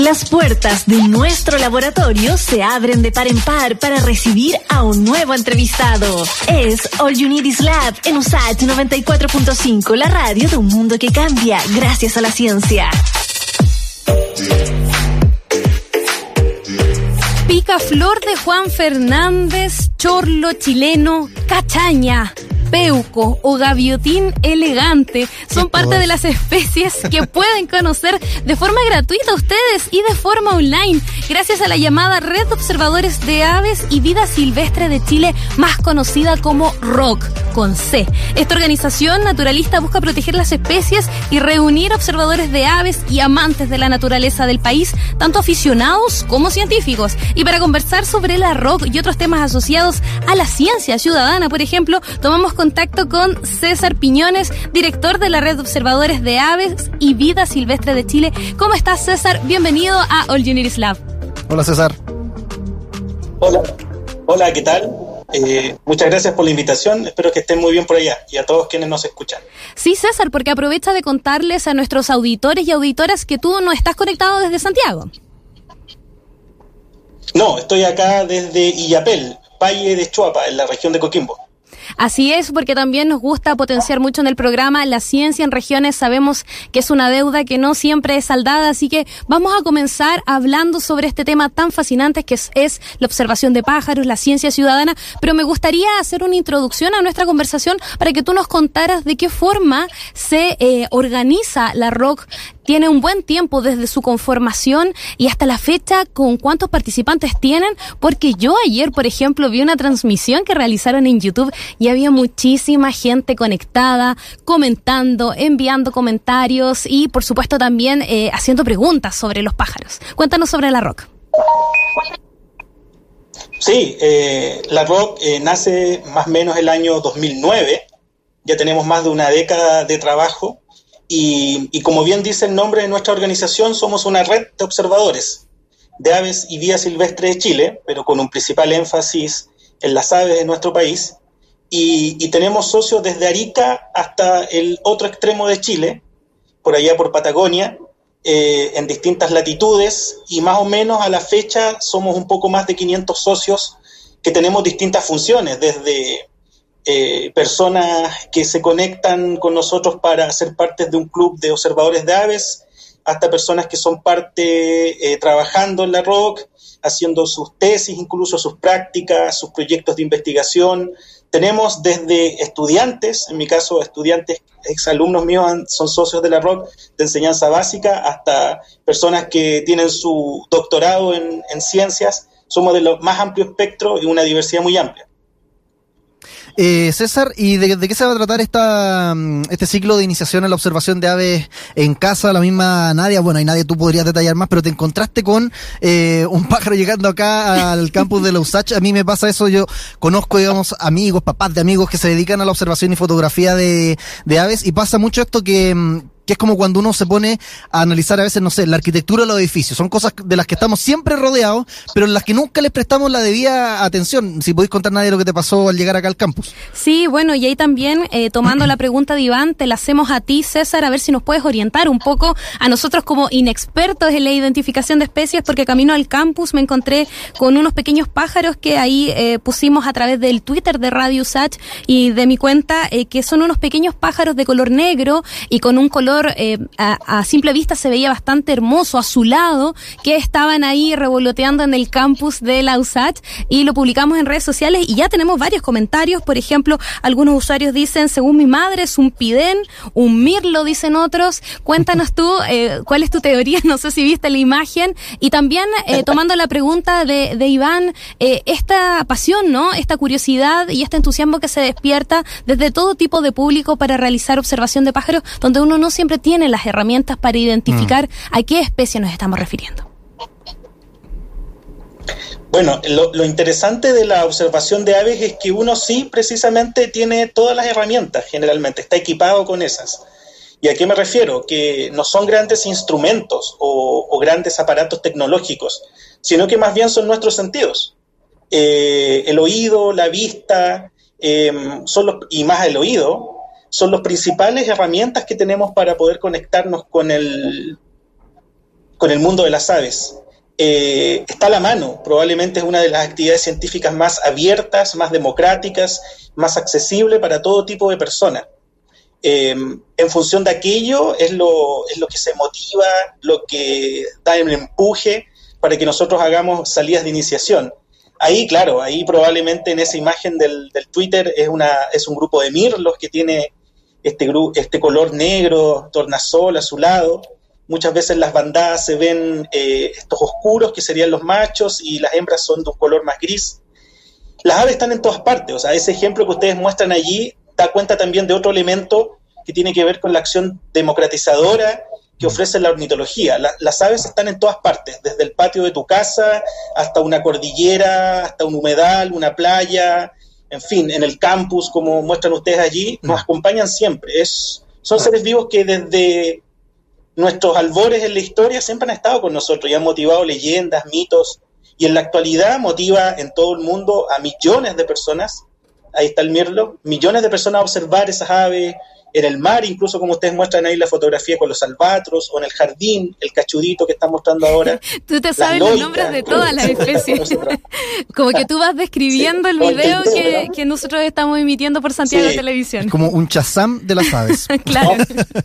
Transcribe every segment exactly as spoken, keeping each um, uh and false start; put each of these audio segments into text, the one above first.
Las puertas de nuestro laboratorio se abren de par en par para recibir a un nuevo entrevistado. Es All You Need Is Lab en U S A H noventa y cuatro punto cinco, la radio de un mundo que cambia gracias a la ciencia. Picaflor de Juan Fernández, chorlo chileno, cachaña, peuco o gaviotín elegante son parte de las especies que pueden conocer de forma gratuita ustedes y de forma online gracias a la llamada Red de Observadores de Aves y Vida Silvestre de Chile, más conocida como R O C, con C. Esta organización naturalista busca proteger las especies y reunir observadores de aves y amantes de la naturaleza del país, tanto aficionados como científicos. Y para conversar sobre la R O C y otros temas asociados a la ciencia ciudadana, por ejemplo, tomamos contacto con César Piñones, director de la Red de Observadores de Aves y Vida Silvestre de Chile. ¿Cómo estás, César? Bienvenido a All You Need Is Lab. Hola, César. Hola, hola, ¿qué tal? Eh, muchas gracias por la invitación, espero que estén muy bien por allá y a todos quienes nos escuchan. Sí, César, porque aprovecha de contarles a nuestros auditores y auditoras que tú no estás conectado desde Santiago. No, estoy acá desde Illapel, Valle de Chuapa, en la región de Coquimbo. Así es, porque también nos gusta potenciar mucho en el programa la ciencia en regiones. Sabemos que es una deuda que no siempre es saldada, así que vamos a comenzar hablando sobre este tema tan fascinante que es, es la observación de pájaros, la ciencia ciudadana, pero me gustaría hacer una introducción a nuestra conversación para que tú nos contaras de qué forma se eh, organiza la R O C. Tiene un buen tiempo desde su conformación y hasta la fecha, ¿con cuántos participantes tienen? Porque yo ayer, por ejemplo, vi una transmisión que realizaron en YouTube y había muchísima gente conectada, comentando, enviando comentarios y, por supuesto, también eh, haciendo preguntas sobre los pájaros. Cuéntanos sobre la R O C. Sí, eh, la R O C eh, nace más o menos el año dos mil nueve. Ya tenemos más de una década de trabajo. Y, y como bien dice el nombre de nuestra organización, somos una red de observadores de aves y vida silvestre de Chile, pero con un principal énfasis en las aves de nuestro país. Y, y tenemos socios desde Arica hasta el otro extremo de Chile, por allá por Patagonia, eh, en distintas latitudes, y más o menos a la fecha somos un poco más de quinientos socios que tenemos distintas funciones, desde Eh, personas que se conectan con nosotros para ser parte de un club de observadores de aves, hasta personas que son parte eh, trabajando en la R O C, haciendo sus tesis, incluso sus prácticas, sus proyectos de investigación. Tenemos desde estudiantes, en mi caso estudiantes, exalumnos míos han, son socios de la R O C de enseñanza básica, hasta personas que tienen su doctorado en, en ciencias. Somos de los más amplio espectro y una diversidad muy amplia. Eh, César, ¿y de, de qué se va a tratar esta, este ciclo de iniciación a la observación de aves en casa? La misma Nadia, bueno, y Nadia tú podrías detallar más, pero te encontraste con eh, un pájaro llegando acá al campus de la U S A Ch. A mí me pasa eso, yo conozco, digamos, amigos, papás de amigos que se dedican a la observación y fotografía de, de aves, y pasa mucho esto que... que es como cuando uno se pone a analizar a veces, no sé, la arquitectura de los edificios. Son cosas de las que estamos siempre rodeados, pero en las que nunca les prestamos la debida atención. Si podéis contar, Nadia, lo que te pasó al llegar acá al campus. Sí, bueno, y ahí también, eh, tomando la pregunta de Iván, te la hacemos a ti, César, a ver si nos puedes orientar un poco a nosotros como inexpertos en la identificación de especies, porque camino al campus me encontré con unos pequeños pájaros que ahí eh, pusimos a través del Twitter de Radio U S A Ch y de mi cuenta, eh, que son unos pequeños pájaros de color negro y con un color Eh, a, a simple vista se veía bastante hermoso, azulado, que estaban ahí revoloteando en el campus de la U S A Ch, y lo publicamos en redes sociales y ya tenemos varios comentarios. Por ejemplo, algunos usuarios dicen, según mi madre es un pidén, un mirlo, dicen otros. Cuéntanos tú, eh, ¿cuál es tu teoría? No sé si viste la imagen. Y también, eh, tomando la pregunta de, de Iván, eh, esta pasión, ¿no? Esta curiosidad y este entusiasmo que se despierta desde todo tipo de público para realizar observación de pájaros, donde uno no siempre tiene las herramientas para identificar mm. a qué especie nos estamos refiriendo. Bueno, lo, lo interesante de la observación de aves es que uno sí precisamente tiene todas las herramientas, generalmente, está equipado con esas. ¿Y a qué me refiero? Que no son grandes instrumentos o, o grandes aparatos tecnológicos, sino que más bien son nuestros sentidos. Eh, el oído, la vista, eh, son los, y más el oído, son las principales herramientas que tenemos para poder conectarnos con el, con el mundo de las aves. Eh, está a la mano, probablemente es una de las actividades científicas más abiertas, más democráticas, más accesible para todo tipo de personas. Eh, en función de aquello es lo, es lo que se motiva, lo que da el empuje para que nosotros hagamos salidas de iniciación. Ahí, claro, ahí probablemente en esa imagen del, del Twitter es, una, es un grupo de mirlos que tiene este, gru- este color negro, tornasol, azulado. Muchas veces las bandadas se ven eh, estos oscuros que serían los machos y las hembras son de un color más gris. Las aves están en todas partes, o sea, ese ejemplo que ustedes muestran allí da cuenta también de otro elemento que tiene que ver con la acción democratizadora que ofrece la ornitología. La, las aves están en todas partes, desde el patio de tu casa hasta una cordillera, hasta un humedal, una playa, en fin, en el campus, como muestran ustedes allí, nos acompañan siempre. Es, son seres vivos que desde nuestros albores en la historia siempre han estado con nosotros y han motivado leyendas, mitos, y en la actualidad motiva en todo el mundo a millones de personas, ahí está el mirlo, millones de personas a observar esas aves, en el mar, incluso como ustedes muestran ahí la fotografía con los albatros, o en el jardín, el cachudito que están mostrando ahora. Tú te sabes loicas, los nombres de todas las especies. Como que tú vas describiendo sí, el video que, que nosotros estamos emitiendo por Santiago sí. Televisión. Es como un Shazam de las aves. Claro.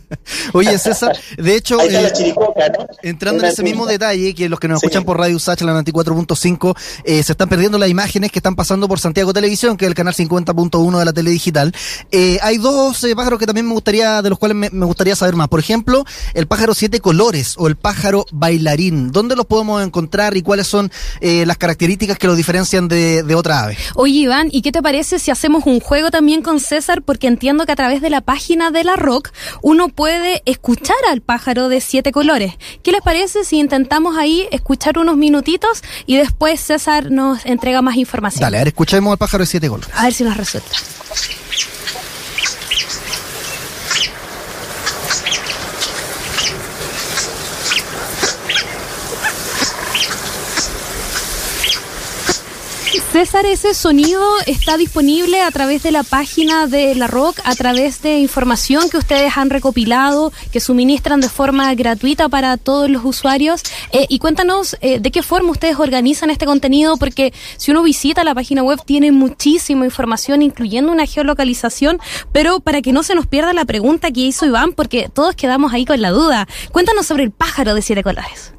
Oye, César, de hecho, ahí está eh, la chiricoca, ¿no? Entrando en ese mismo detalle, que los que nos sí. escuchan por Radio U S A H, la noventa y cuatro punto cinco, eh, se están perdiendo las imágenes que están pasando por Santiago Televisión, que es el canal cincuenta punto uno de la tele digital. Eh, hay dos eh, pájaros que también me gustaría, de los cuales me, me gustaría saber más. Por ejemplo, el pájaro siete colores o el pájaro bailarín. ¿Dónde los podemos encontrar y cuáles son eh, las características que los diferencian de, de otra ave? Oye, Iván, ¿y qué te parece si hacemos un juego también con César? Porque entiendo que a través de la página de la R O C uno puede escuchar al pájaro de siete colores. ¿Qué les parece si intentamos ahí escuchar unos minutitos y después César nos entrega más información? Dale, a ver, escuchemos al pájaro de siete colores. A ver si nos resulta. César, ese sonido está disponible a través de la página de la R O C, a través de información que ustedes han recopilado, que suministran de forma gratuita para todos los usuarios. Eh, y cuéntanos eh, de qué forma ustedes organizan este contenido, porque si uno visita la página web tiene muchísima información, incluyendo una geolocalización, pero para que no se nos pierda la pregunta que hizo Iván, porque todos quedamos ahí con la duda. Cuéntanos sobre el pájaro de siete colores.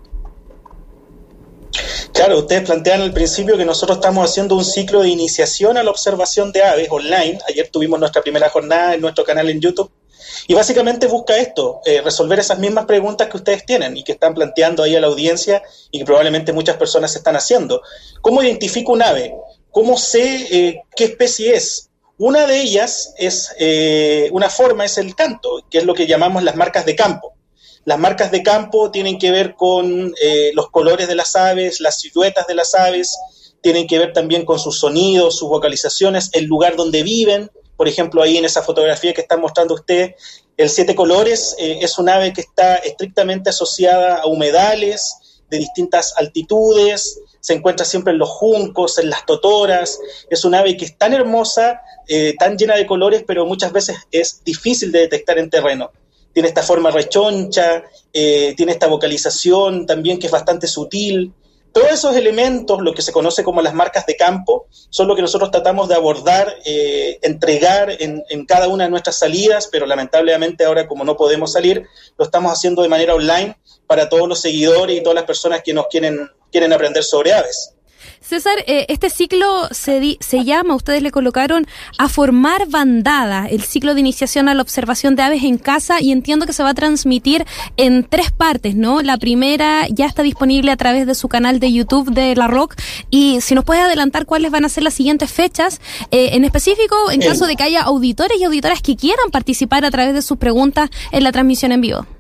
Claro, ustedes plantean al principio que nosotros estamos haciendo un ciclo de iniciación a la observación de aves online. Ayer tuvimos nuestra primera jornada en nuestro canal en YouTube y básicamente busca esto, eh, resolver esas mismas preguntas que ustedes tienen y que están planteando ahí a la audiencia y que probablemente muchas personas están haciendo. ¿Cómo identifico un ave? ¿Cómo sé eh, qué especie es? Una de ellas es, eh, una forma es el canto, que es lo que llamamos las marcas de campo. Las marcas de campo tienen que ver con eh, los colores de las aves, las siluetas de las aves, tienen que ver también con sus sonidos, sus vocalizaciones, el lugar donde viven. Por ejemplo, ahí en esa fotografía que están mostrando ustedes, el siete colores eh, es un ave que está estrictamente asociada a humedales de distintas altitudes, se encuentra siempre en los juncos, en las totoras. Es un ave que es tan hermosa, eh, tan llena de colores, pero muchas veces es difícil de detectar en terreno. Tiene esta forma rechoncha, eh, tiene esta vocalización también que es bastante sutil. Todos esos elementos, lo que se conoce como las marcas de campo, son lo que nosotros tratamos de abordar, eh, entregar en, en cada una de nuestras salidas, pero lamentablemente ahora como no podemos salir, lo estamos haciendo de manera online para todos los seguidores y todas las personas que nos quieren, quieren aprender sobre aves. César, eh, este ciclo se, di, se llama, ustedes le colocaron a formar bandada, el ciclo de iniciación a la observación de aves en casa, y entiendo que se va a transmitir en tres partes, ¿no? La primera ya está disponible a través de su canal de YouTube de la R O C, y si nos puede adelantar cuáles van a ser las siguientes fechas, eh, en específico en caso de que haya auditores y auditoras que quieran participar a través de sus preguntas en la transmisión en vivo.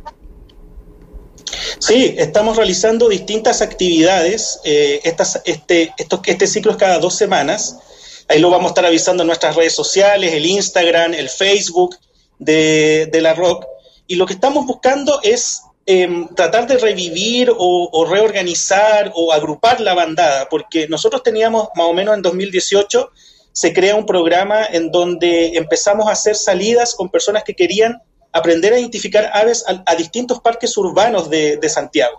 Sí, estamos realizando distintas actividades. Eh, estas, este, esto, este ciclo es cada dos semanas. Ahí lo vamos a estar avisando en nuestras redes sociales, el Instagram, el Facebook de, de la R O C. Y lo que estamos buscando es eh, tratar de revivir o, o reorganizar o agrupar la bandada, porque nosotros teníamos más o menos en dos mil dieciocho, se crea un programa en donde empezamos a hacer salidas con personas que querían aprender a identificar aves a, a distintos parques urbanos de, de Santiago.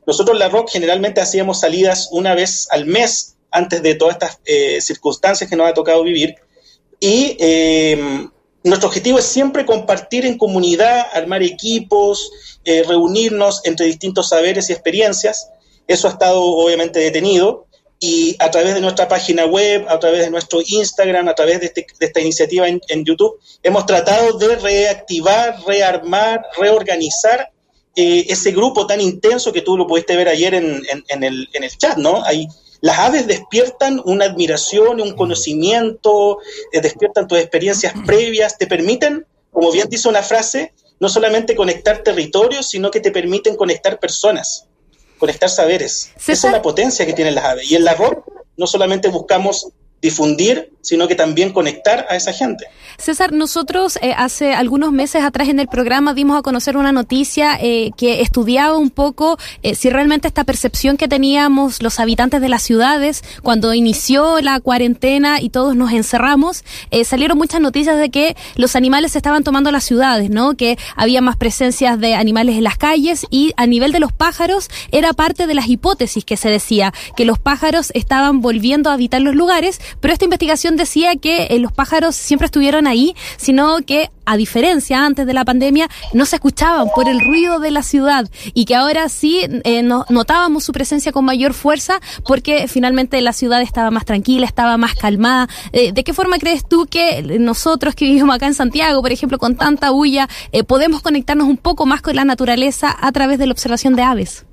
Nosotros en la R O C generalmente hacíamos salidas una vez al mes antes de todas estas eh, circunstancias que nos ha tocado vivir, y eh, nuestro objetivo es siempre compartir en comunidad, armar equipos, eh, reunirnos entre distintos saberes y experiencias. Eso ha estado obviamente detenido, y a través de nuestra página web, a través de nuestro Instagram, a través de, este, de esta iniciativa en, en YouTube, hemos tratado de reactivar, rearmar, reorganizar eh, ese grupo tan intenso que tú lo pudiste ver ayer en, en, en, el, en el chat, ¿no? Hay, las aves despiertan una admiración, un conocimiento, eh, despiertan tus experiencias previas, te permiten, como bien dice una frase, no solamente conectar territorios, sino que te permiten conectar personas, conectar saberes. César. Esa es la potencia que tienen las aves. Y en la R O C no solamente buscamos difundir, sino que también conectar a esa gente. César, nosotros eh, hace algunos meses atrás en el programa dimos a conocer una noticia eh, que estudiaba un poco eh, si realmente esta percepción que teníamos los habitantes de las ciudades cuando inició la cuarentena y todos nos encerramos, eh, salieron muchas noticias de que los animales se estaban tomando las ciudades, ¿no? Que había más presencias de animales en las calles, y a nivel de los pájaros era parte de las hipótesis que se decía, que los pájaros estaban volviendo a habitar los lugares, pero esta investigación decía que eh, los pájaros siempre estuvieron ahí, sino que a diferencia antes de la pandemia no se escuchaban por el ruido de la ciudad, y que ahora sí eh, no, notábamos su presencia con mayor fuerza porque finalmente la ciudad estaba más tranquila, estaba más calmada. Eh, ¿De qué forma crees tú que nosotros que vivimos acá en Santiago, por ejemplo, con tanta bulla, eh, podemos conectarnos un poco más con la naturaleza a través de la observación de aves?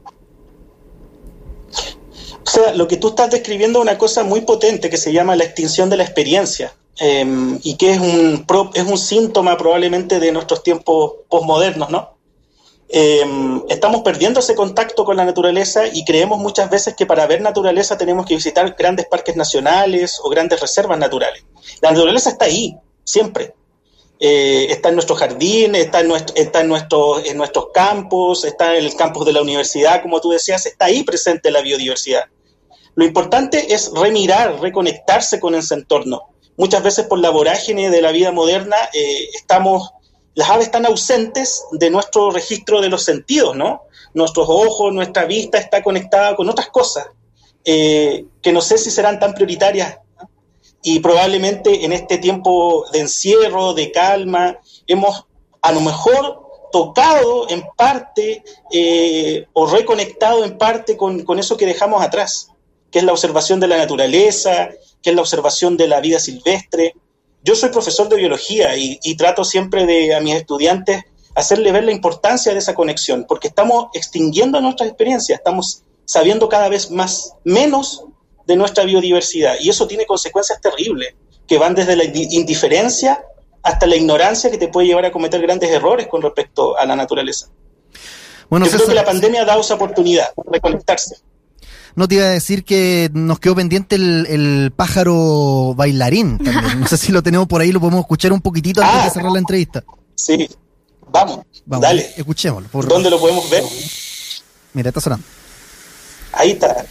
O sea, lo que tú estás describiendo es una cosa muy potente que se llama la extinción de la experiencia, eh, y que es un, es un síntoma probablemente de nuestros tiempos posmodernos, ¿no? Eh, estamos perdiendo ese contacto con la naturaleza, y creemos muchas veces que para ver naturaleza tenemos que visitar grandes parques nacionales o grandes reservas naturales. La naturaleza está ahí, siempre. Eh, está en nuestro jardín, está, en, nuestro, está en, nuestro, en nuestros campos, está en el campus de la universidad, como tú decías, está ahí presente la biodiversidad. Lo importante es remirar, reconectarse con ese entorno. Muchas veces por la vorágine de la vida moderna, eh, estamos, las aves están ausentes de nuestro registro de los sentidos, ¿no? Nuestros ojos, nuestra vista está conectada con otras cosas eh, que no sé si serán tan prioritarias. Y probablemente en este tiempo de encierro, de calma, hemos a lo mejor tocado en parte eh, o reconectado en parte con, con eso que dejamos atrás, que es la observación de la naturaleza, que es la observación de la vida silvestre. Yo soy profesor de biología y, y trato siempre de a mis estudiantes hacerle ver la importancia de esa conexión, porque estamos extinguiendo nuestras experiencias, estamos sabiendo cada vez más, menos de nuestra biodiversidad, y eso tiene consecuencias terribles, que van desde la indiferencia hasta la ignorancia, que te puede llevar a cometer grandes errores con respecto a la naturaleza. Bueno, Yo César, creo que la pandemia ha dado esa oportunidad de reconectarse. No te iba a decir que nos quedó pendiente el, el pájaro bailarín también. No sé si lo tenemos por ahí, lo podemos escuchar un poquitito antes ah, de cerrar la entrevista. Sí, vamos, vamos dale. Escuchémoslo. Por... ¿Dónde lo podemos ver? Mira, está sonando. Ahí está.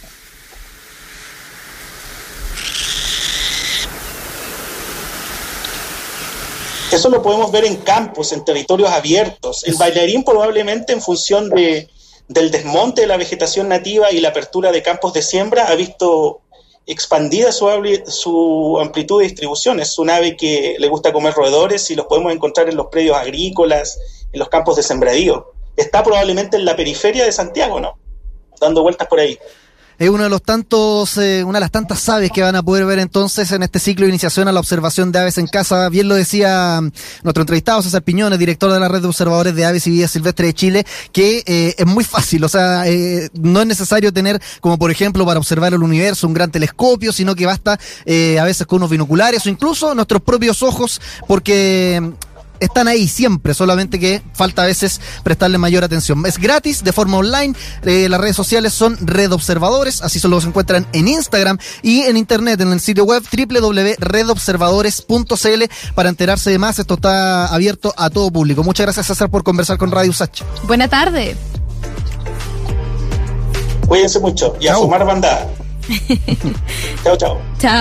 Eso lo podemos ver en campos, en territorios abiertos. El bailarín probablemente en función de, del desmonte de la vegetación nativa y la apertura de campos de siembra ha visto expandida su, su amplitud de distribución. Es un ave que le gusta comer roedores y los podemos encontrar en los predios agrícolas, en los campos de sembradío. Está probablemente en la periferia de Santiago, ¿no? Dando vueltas por ahí. Es uno de los tantos, eh, una de las tantas aves que van a poder ver entonces en este ciclo de iniciación a la observación de aves en casa. Bien lo decía nuestro entrevistado César Piñones, director de la Red de Observadores de Aves y Vida Silvestre de Chile, que eh, es muy fácil, o sea, eh, no es necesario tener, como por ejemplo para observar el universo, un gran telescopio, sino que basta eh, a veces con unos binoculares o incluso nuestros propios ojos, porque están ahí siempre, solamente que falta a veces prestarle mayor atención. Es gratis, de forma online, eh, las redes sociales son Red Observadores, así se los encuentran en Instagram y en internet, en el sitio web doble u doble u doble u punto red observadores punto c l para enterarse de más. Esto está abierto a todo público. Muchas gracias, César, por conversar con Radio Usach. Buena tarde. Cuídense mucho y a sumar bandada. Chao, chao. Chao.